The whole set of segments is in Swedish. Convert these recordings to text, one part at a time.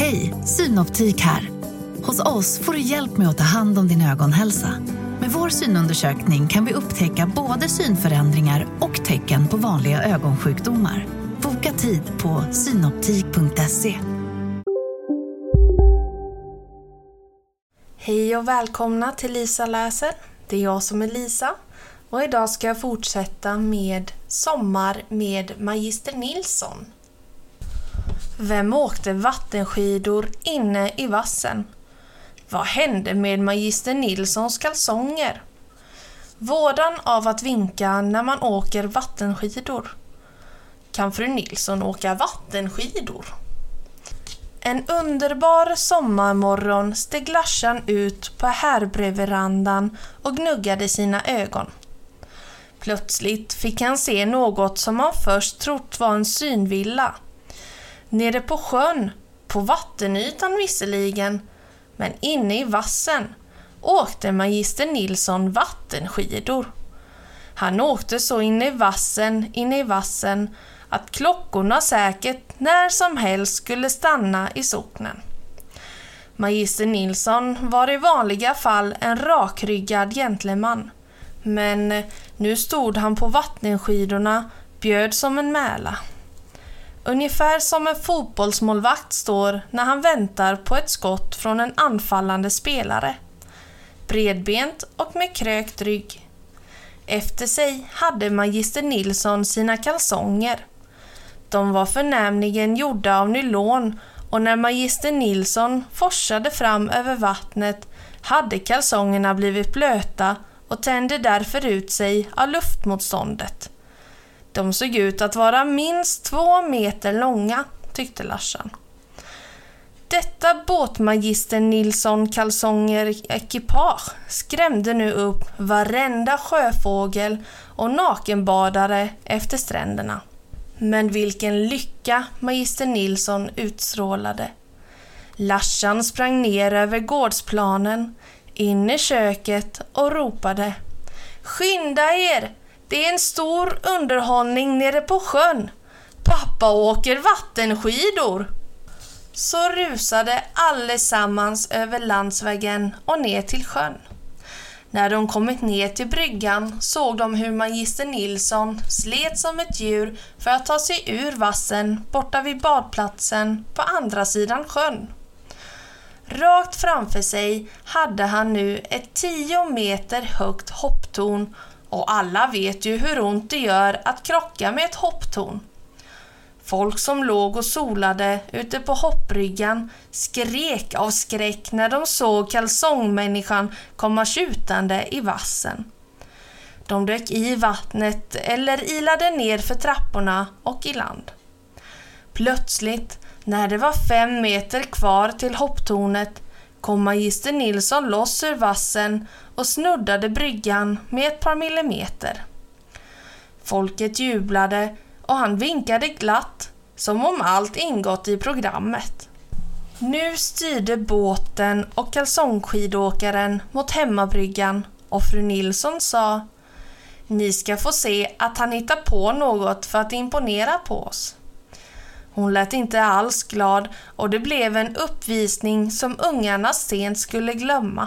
Hej, Synoptik här. Hos oss får du hjälp med att ta hand om din ögonhälsa. Med vår synundersökning kan vi upptäcka både synförändringar och tecken på vanliga ögonsjukdomar. Boka tid på synoptik.se. Hej och välkomna till Lisa läser. Det är jag som är Lisa. Och idag ska jag fortsätta med Sommar med Magister Nilsson. Vem åkte vattenskidor inne i vassen? Vad hände med Magister Nilssons kalsonger? Vårdan av att vinka när man åker vattenskidor. Kan fru Nilsson åka vattenskidor? En underbar sommarmorgon steg Larsan ut på härbredverandan och gnuggade sina ögon. Plötsligt fick han se något som han först trott var en synvilla. Nere på sjön, på vattenytan visserligen, men inne i vassen åkte Magister Nilsson vattenskidor. Han åkte så inne i vassen att klockorna säkert när som helst skulle stanna i socknen. Magister Nilsson var i vanliga fall en rakryggad gentleman, men nu stod han på vattenskidorna bjöd som en mäla. Ungefär som en fotbollsmålvakt står när han väntar på ett skott från en anfallande spelare. Bredbent och med krökt rygg. Efter sig hade Magister Nilsson sina kalsonger. De var förnämligen gjorda av nylon och när Magister Nilsson forsade fram över vattnet hade kalsongerna blivit blöta och tände därför ut sig av luftmotståndet. De såg ut att vara minst 2 meter långa, tyckte Larsan. Detta båtmagister Nilsson kalsonger-ekipage skrämde nu upp varenda sjöfågel och nakenbadare efter stränderna. Men vilken lycka Magister Nilsson utstrålade. Larsan sprang ner över gårdsplanen, in i köket och ropade: "Skynda er! Det är en stor underhållning nere på sjön. Pappa åker vattenskidor." Så rusade allesammans över landsvägen och ner till sjön. När de kommit ner till bryggan såg de hur Magister Nilsson slet som ett djur för att ta sig ur vassen borta vid badplatsen på andra sidan sjön. Rakt framför sig hade han nu ett 10 meter högt hopptorn. Och alla vet ju hur ont det gör att krocka med ett hopptorn. Folk som låg och solade ute på hoppbryggan skrek av skräck när de såg kalsongmänniskan komma tjutande i vassen. De dök i vattnet eller ilade ner för trapporna och i land. Plötsligt, när det var 5 meter kvar till hopptornet, kom Magister Nilsson loss ur vassen och snuddade bryggan med ett par millimeter. Folket jublade och han vinkade glatt som om allt ingått i programmet. Nu styrde båten och kalsongskidåkaren mot hemmabryggan och fru Nilsson sa: "Ni ska få se att han hittar på något för att imponera på oss." Hon lät inte alls glad och det blev en uppvisning som ungarna sent skulle glömma.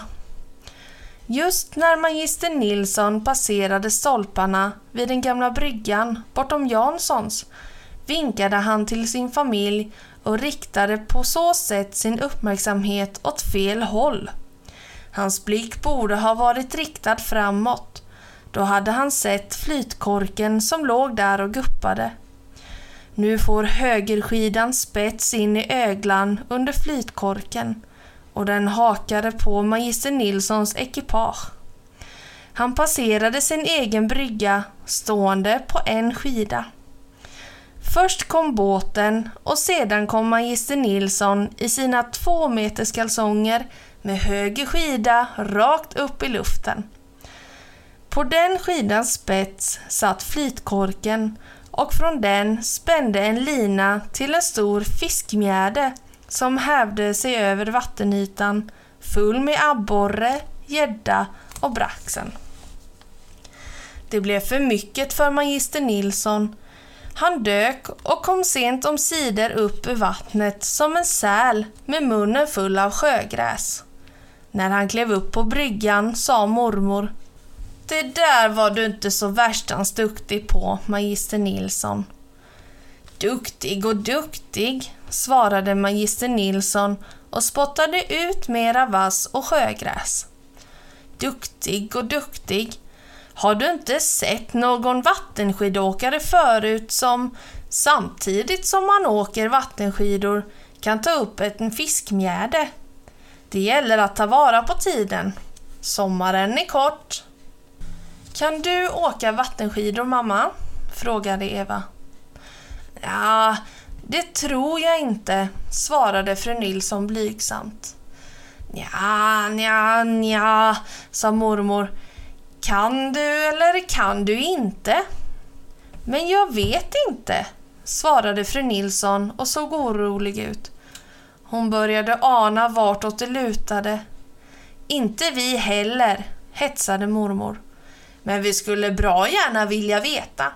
Just när Magister Nilsson passerade stolparna vid den gamla bryggan bortom Janssons vinkade han till sin familj och riktade på så sätt sin uppmärksamhet åt fel håll. Hans blick borde ha varit riktad framåt. Då hade han sett flytkorken som låg där och guppade. Nu får högerskidan spets in i öglan under flytkorken och den hakade på Magister Nilssons ekipage. Han passerade sin egen brygga stående på en skida. Först kom båten och sedan kom Magister Nilsson i sina 2 meters kalsonger med höger skida rakt upp i luften. På den skidans spets satt flytkorken och från den spände en lina till en stor fiskmjärde som hävde sig över vattenytan, full med abborre, gädda och braxen. Det blev för mycket för Magister Nilsson. Han dök och kom sent om sidor upp ur vattnet som en säl med munnen full av sjögräs. När han klev upp på bryggan sa mormor: "Det där var du inte så värstans duktig på, magister Nilsson." "Duktig och duktig", svarade magister Nilsson och spottade ut mera vass och sjögräs. "Duktig och duktig. Har du inte sett någon vattenskidåkare förut som samtidigt som man åker vattenskidor kan ta upp en fiskmjärde? Det gäller att ta vara på tiden. Sommaren är kort." "Kan du åka vattenskidor, mamma?" frågade Eva. "Ja, det tror jag inte", svarade fru Nilsson blygsamt. Nja, sa mormor. "Kan du eller kan du inte?" "Men jag vet inte", svarade fru Nilsson och såg orolig ut. Hon började ana vartåt det lutade. "Inte vi heller", hetsade mormor. "Men vi skulle bra gärna vilja veta."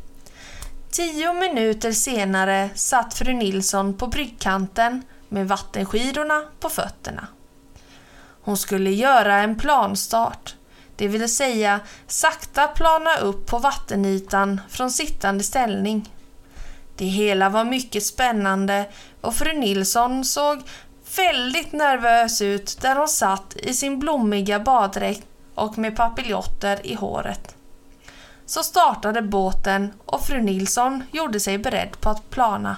10 minuter senare satt fru Nilsson på bryggkanten med vattenskidorna på fötterna. Hon skulle göra en planstart, det vill säga sakta plana upp på vattenytan från sittande ställning. Det hela var mycket spännande och fru Nilsson såg väldigt nervös ut där hon satt i sin blommiga baddräkt och med papiljotter i håret. Så startade båten och fru Nilsson gjorde sig beredd på att plana.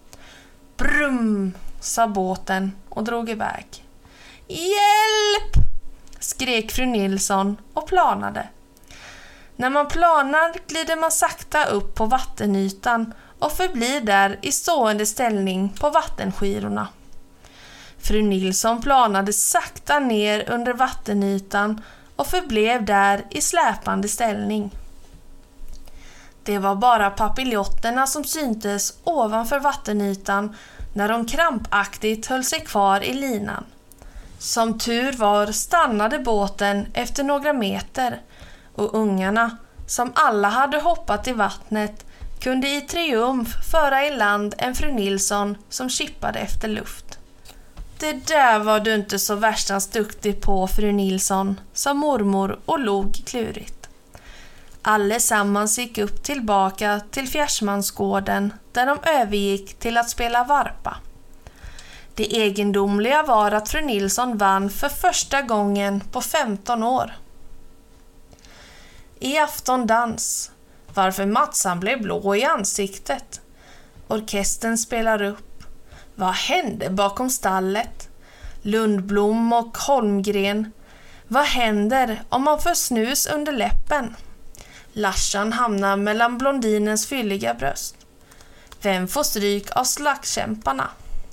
"Brum", sa båten och drog iväg. "Hjälp!" skrek fru Nilsson och planade. När man planar glider man sakta upp på vattenytan och förblir där i stående ställning på vattenskidorna. Fru Nilsson planade sakta ner under vattenytan och förblev där i släpande ställning. Det var bara papilotterna som syntes ovanför vattenytan när de krampaktigt höll sig kvar i linan. Som tur var stannade båten efter några meter och ungarna, som alla hade hoppat i vattnet, kunde i triumf föra i land en fru Nilsson som kippade efter luft. "Det där var du inte så värstans duktig på, fru Nilsson", sa mormor och log klurigt. Allesammans gick upp tillbaka till Fjärsmansgården där de övergick till att spela varpa. Det egendomliga var att fru Nilsson vann för första gången på 15 år. I aftondans, varför Matsan blev blå i ansiktet. Orkestern spelar upp. Vad hände bakom stallet? Lundblom och Holmgren. Vad händer om man får snus under läppen? Larsan hamnar mellan blondinens fylliga bröst. Vem får stryk av slagskämparna?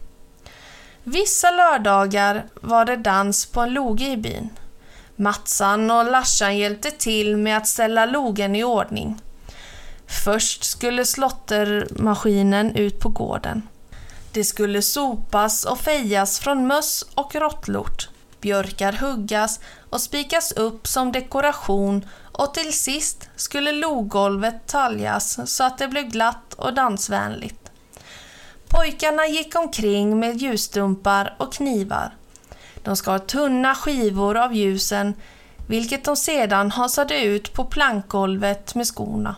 Vissa lördagar var det dans på en loge i byn. Matsan och Larsan hjälpte till med att ställa logen i ordning. Först skulle slottermaskinen ut på gården. Det skulle sopas och fejas från möss och råttlort. Björkar huggas och spikas upp som dekoration och till sist skulle loggolvet taljas så att det blev glatt och dansvänligt. Pojkarna gick omkring med ljusstumpar och knivar. De skar tunna skivor av ljusen, vilket de sedan hasade ut på plankgolvet med skorna.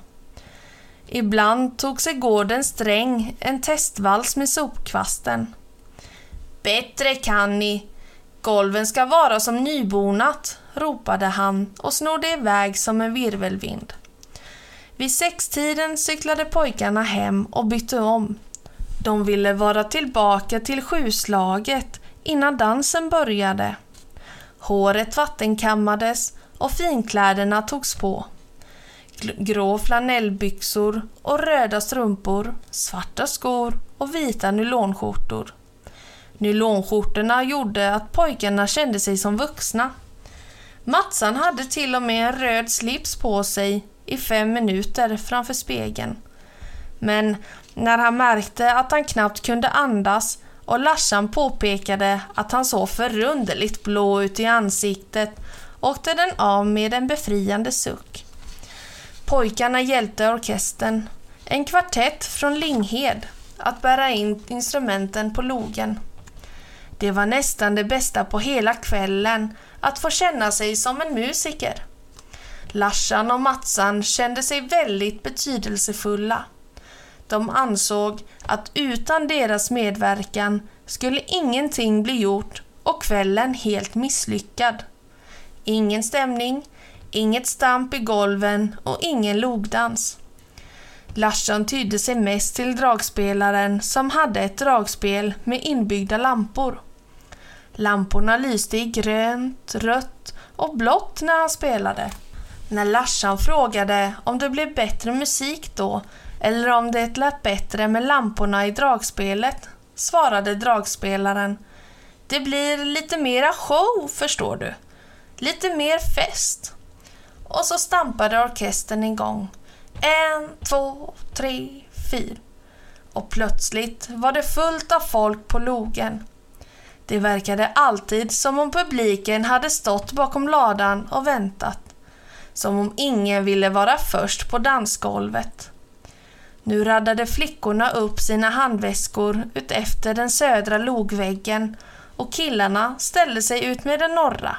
Ibland tog sig gårdens dräng en testvals med sopkvasten. "Bättre kan ni! Golven ska vara som nybonat", ropade han och snodde iväg som en virvelvind. Vid 6-tiden cyklade pojkarna hem och bytte om. De ville vara tillbaka till 7-slaget innan dansen började. Håret vattenkammades och finkläderna togs på. Grå flanellbyxor och röda strumpor, svarta skor och vita nylonskjortor. Nylonskjortorna gjorde att pojkarna kände sig som vuxna. Matsan hade till och med en röd slips på sig i 5 minuter framför spegeln. Men när han märkte att han knappt kunde andas och Larsan påpekade att han såg förunderligt blå ut i ansiktet, åkte den av med en befriande suck. Pojkarna hjälpte orkestern. En kvartett från Linghed att bära in instrumenten på logen. Det var nästan det bästa på hela kvällen att få känna sig som en musiker. Larsan och Matsan kände sig väldigt betydelsefulla. De ansåg att utan deras medverkan skulle ingenting bli gjort och kvällen helt misslyckad. Ingen stämning, inget stamp i golven och ingen logdans. Larsan tydde sig mest till dragspelaren som hade ett dragspel med inbyggda lampor. Lamporna lyste i grönt, rött och blått när han spelade. När Larsan frågade om det blev bättre musik då eller om det lät bättre med lamporna i dragspelet, svarade dragspelaren: det blir lite mera show, förstår du. Lite mer fest. Och så stampade orkestern igång. 1, 2, 3, 4. Och plötsligt var det fullt av folk på logen. Det verkade alltid som om publiken hade stått bakom ladan och väntat. Som om ingen ville vara först på dansgolvet. Nu raddade flickorna upp sina handväskor ut efter den södra logväggen och killarna ställde sig ut med den norra.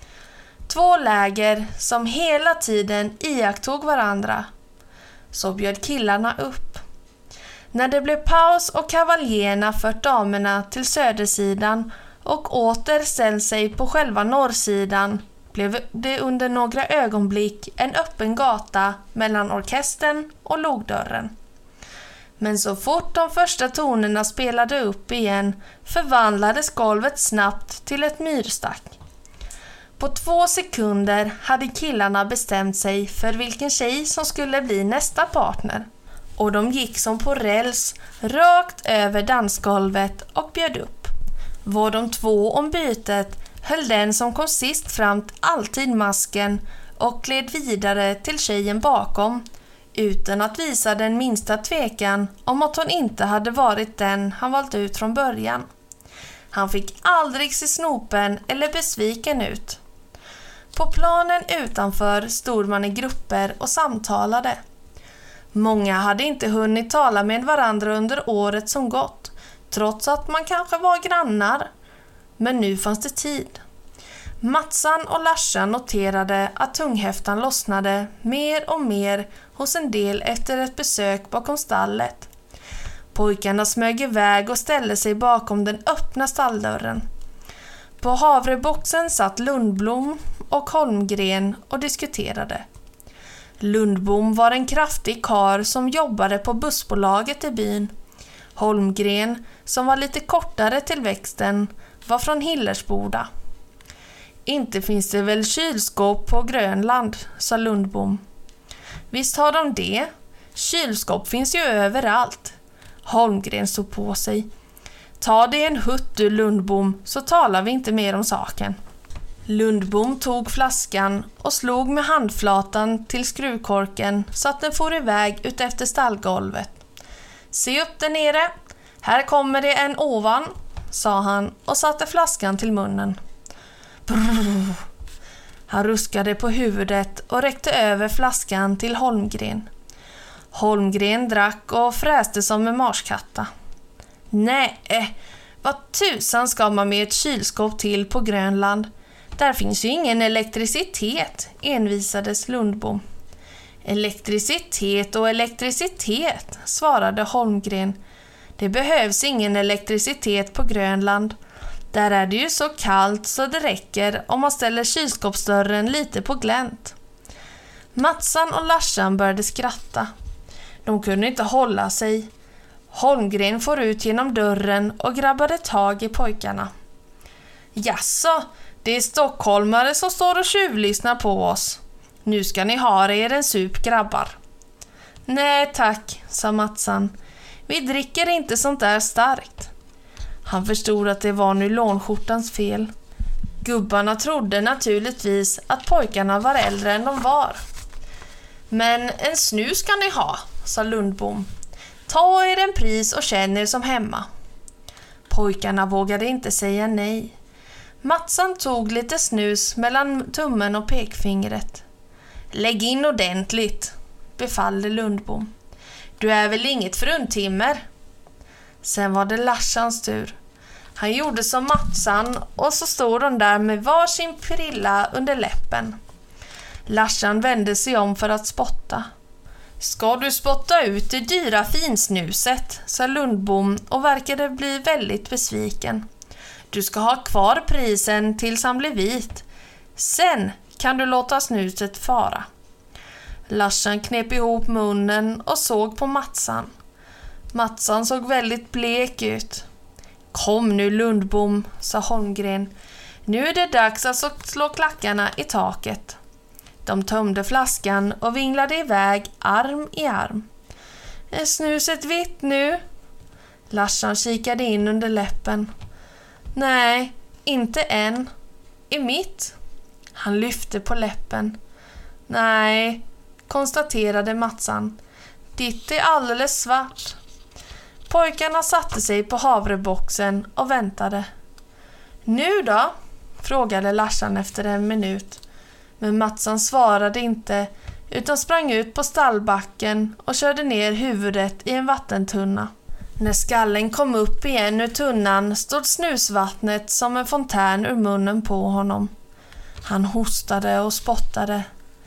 2 läger som hela tiden iakttog varandra. Så bjöd killarna upp. När det blev paus och kavaljerna fört damerna till södersidan och åter ställt sig på själva norrsidan blev det under några ögonblick en öppen gata mellan orkestern och logdörren. Men så fort de första tonerna spelade upp igen förvandlades golvet snabbt till ett myrstack. På 2 sekunder hade killarna bestämt sig för vilken tjej som skulle bli nästa partner. Och de gick som på räls rakt över dansgolvet och bjöd upp. Var de 2 om bytet höll den som kom sist fram alltid masken och gled vidare till tjejen bakom utan att visa den minsta tvekan om att hon inte hade varit den han valt ut från början. Han fick aldrig se snopen eller besviken ut. På planen utanför stod man i grupper och samtalade. Många hade inte hunnit tala med varandra under året som gått, trots att man kanske var grannar. Men nu fanns det tid. Matsan och Larsan noterade att tunghäftan lossnade mer och mer hos en del efter ett besök bakom stallet. Pojkarna smög iväg och ställde sig bakom den öppna stalldörren. På havreboxen satt Lundblom och Holmgren och diskuterade. Lundblom var en kraftig karl som jobbade på bussbolaget i byn. Holmgren, som var lite kortare till växten, var från Hillersboda. Inte finns det väl kylskåp på Grönland, sa Lundblom. Visst har de det. Kylskåp finns ju överallt. Holmgren stod på sig. Ta det en hutt du, Lundblom, så talar vi inte mer om saken. Lundblom tog flaskan och slog med handflatan till skruvkorken så att den for iväg ut efter stallgolvet. Se upp där nere, här kommer det en ovan, sa han och satte flaskan till munnen. Brrr. Han ruskade på huvudet och räckte över flaskan till Holmgren. Holmgren drack och fräste som en marskatta. Nej, vad tusan ska man med ett kylskåp till på Grönland? Där finns ju ingen elektricitet, envisades Lundbom. Elektricitet och elektricitet, svarade Holmgren. Det behövs ingen elektricitet på Grönland. Där är det ju så kallt så det räcker om man ställer kylskåpsdörren lite på glänt. Matsan och Larsan började skratta. De kunde inte hålla sig. Holmgren får ut genom dörren och grabbade tag i pojkarna. Jaså, det är stockholmare som står och tjuvlyssnar på oss. Nu ska ni ha er en sup, grabbar. Nej tack, sa Matsan. Vi dricker inte sånt där starkt. Han förstod att det var nylonskjortans fel. Gubbarna trodde naturligtvis att pojkarna var äldre än de var. Men en snus ska ni ha, sa Lundbom. Ta er en pris och känn er som hemma. Pojkarna vågade inte säga nej. Matsan tog lite snus mellan tummen och pekfingret. Lägg in ordentligt, befallde Lundbom. Du är väl inget fruntimmer? Sen var det Larsans tur. Han gjorde som Matsan och så stod de där med varsin prilla under läppen. Larsan vände sig om för att spotta. Ska du spotta ut det dyra finsnuset, sa Lundbom och verkade bli väldigt besviken. Du ska ha kvar prisen tills han blir vit. Sen kan du låta snuset fara. Larsan knep ihop munnen och såg på Matsan. Matsan såg väldigt blek ut. Kom nu Lundbom, sa Holmgren. Nu är det dags att slå klackarna i taket. De tömde flaskan och vinglade iväg arm i arm. Är snuset vitt nu? Larsan kikade in under läppen. Nej, inte än. I mitt? Han lyfte på läppen. Nej, konstaterade Matsan. Ditt är alldeles svart. Pojkarna satte sig på havreboxen och väntade. Nu då? Frågade Larsan efter en minut. Men Matsan svarade inte utan sprang ut på stallbacken och körde ner huvudet i en vattentunna. När skallen kom upp igen ur tunnan stod snusvattnet som en fontän ur munnen på honom. Han hostade och spottade.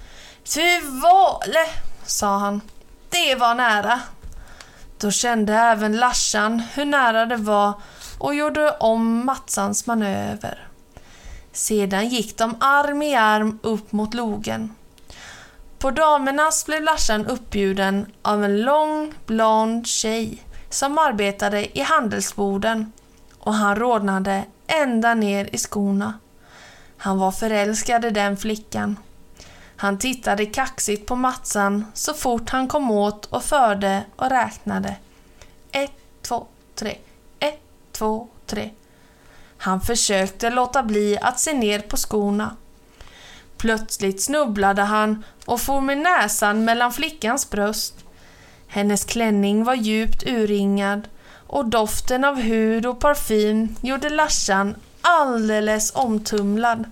Fy våle, sa han. Det var nära. Då kände även Larsan hur nära det var och gjorde om Matsans manöver. Sedan gick de arm i arm upp mot logen. På damernas blev Larsan uppbjuden av en lång, blond tjej som arbetade i handelsboden och han rodnade ända ner i skorna. Han var förälskad i den flickan. Han tittade kaxigt på Matsan så fort han kom åt och förde och räknade. 1, 2, 3, 1, 2, 3. Han försökte låta bli att se ner på skorna. Plötsligt snubblade han och for med näsan mellan flickans bröst. Hennes klänning var djupt urringad och doften av hud och parfym gjorde Larsan alldeles omtumlad.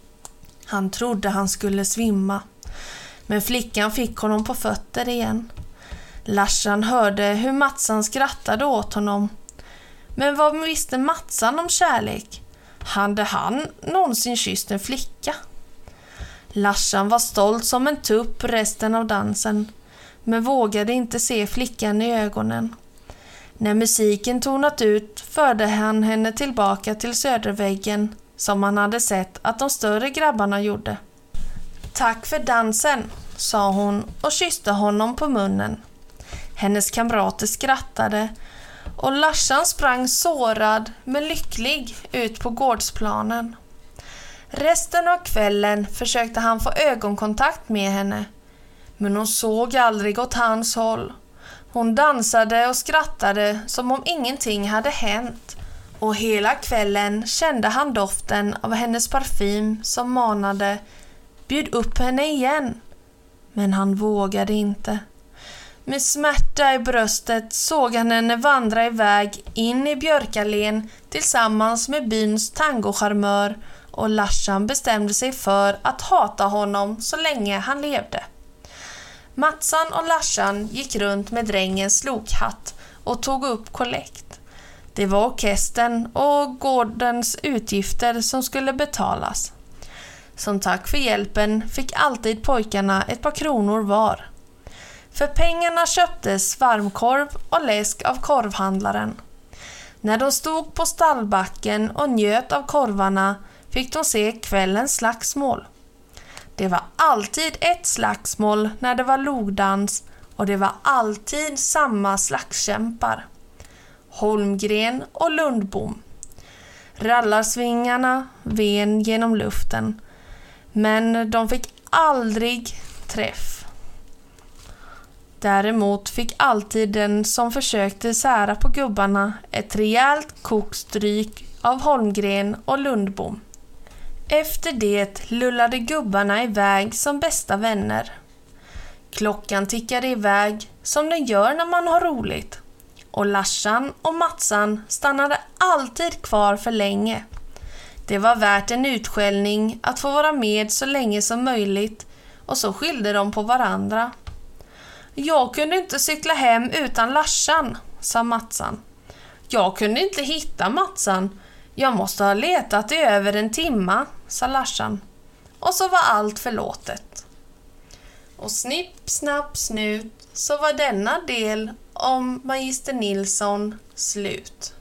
Han trodde han skulle svimma, men flickan fick honom på fötter igen. Larsan hörde hur Matsan skrattade åt honom. Men vad visste Matsan om kärlek? Hade han någonsin kysst en flicka? Larsan var stolt som en tupp resten av dansen, men vågade inte se flickan i ögonen. När musiken tonat ut förde han henne tillbaka till söderväggen som han hade sett att de större grabbarna gjorde. Tack för dansen, sa hon och kysste honom på munnen. Hennes kamrater skrattade och Larsan sprang sårad men lycklig ut på gårdsplanen. Resten av kvällen försökte han få ögonkontakt med henne, men hon såg aldrig åt hans håll. Hon dansade och skrattade som om ingenting hade hänt, och hela kvällen kände han doften av hennes parfym som manade: bjud upp henne igen. Men han vågade inte. Med smärta i bröstet såg han henne vandra iväg in i björkallén tillsammans med byns tangocharmör, och Larsan bestämde sig för att hata honom så länge han levde. Matsan och Larsan gick runt med drängens slokhatt och tog upp kollekt. Det var orkestern och gårdens utgifter som skulle betalas. Som tack för hjälpen fick alltid pojkarna ett par kronor var. För pengarna köptes varmkorv och läsk av korvhandlaren. När de stod på stallbacken och njöt av korvarna fick de se kvällens slagsmål. Det var alltid ett slagsmål när det var logdans, och det var alltid samma slagskämpar. Holmgren och Lundbom. Rallarsvingarna ven genom luften, men de fick aldrig träff. Däremot fick alltid den som försökte sära på gubbarna ett rejält kokstryk av Holmgren och Lundbom. Efter det lullade gubbarna iväg som bästa vänner. Klockan tickade iväg som den gör när man har roligt, och Larsan och Matsan stannade alltid kvar för länge. Det var värt en utskällning att få vara med så länge som möjligt, och så skyllde de på varandra. Jag kunde inte cykla hem utan Larsan, sa Matsan. Jag kunde inte hitta Matsan. Jag måste ha letat i över en timma, sa Larsan. Och så var allt förlåtet. Och snipp, snapp, snut, så var denna del om Magister Nilsson slut.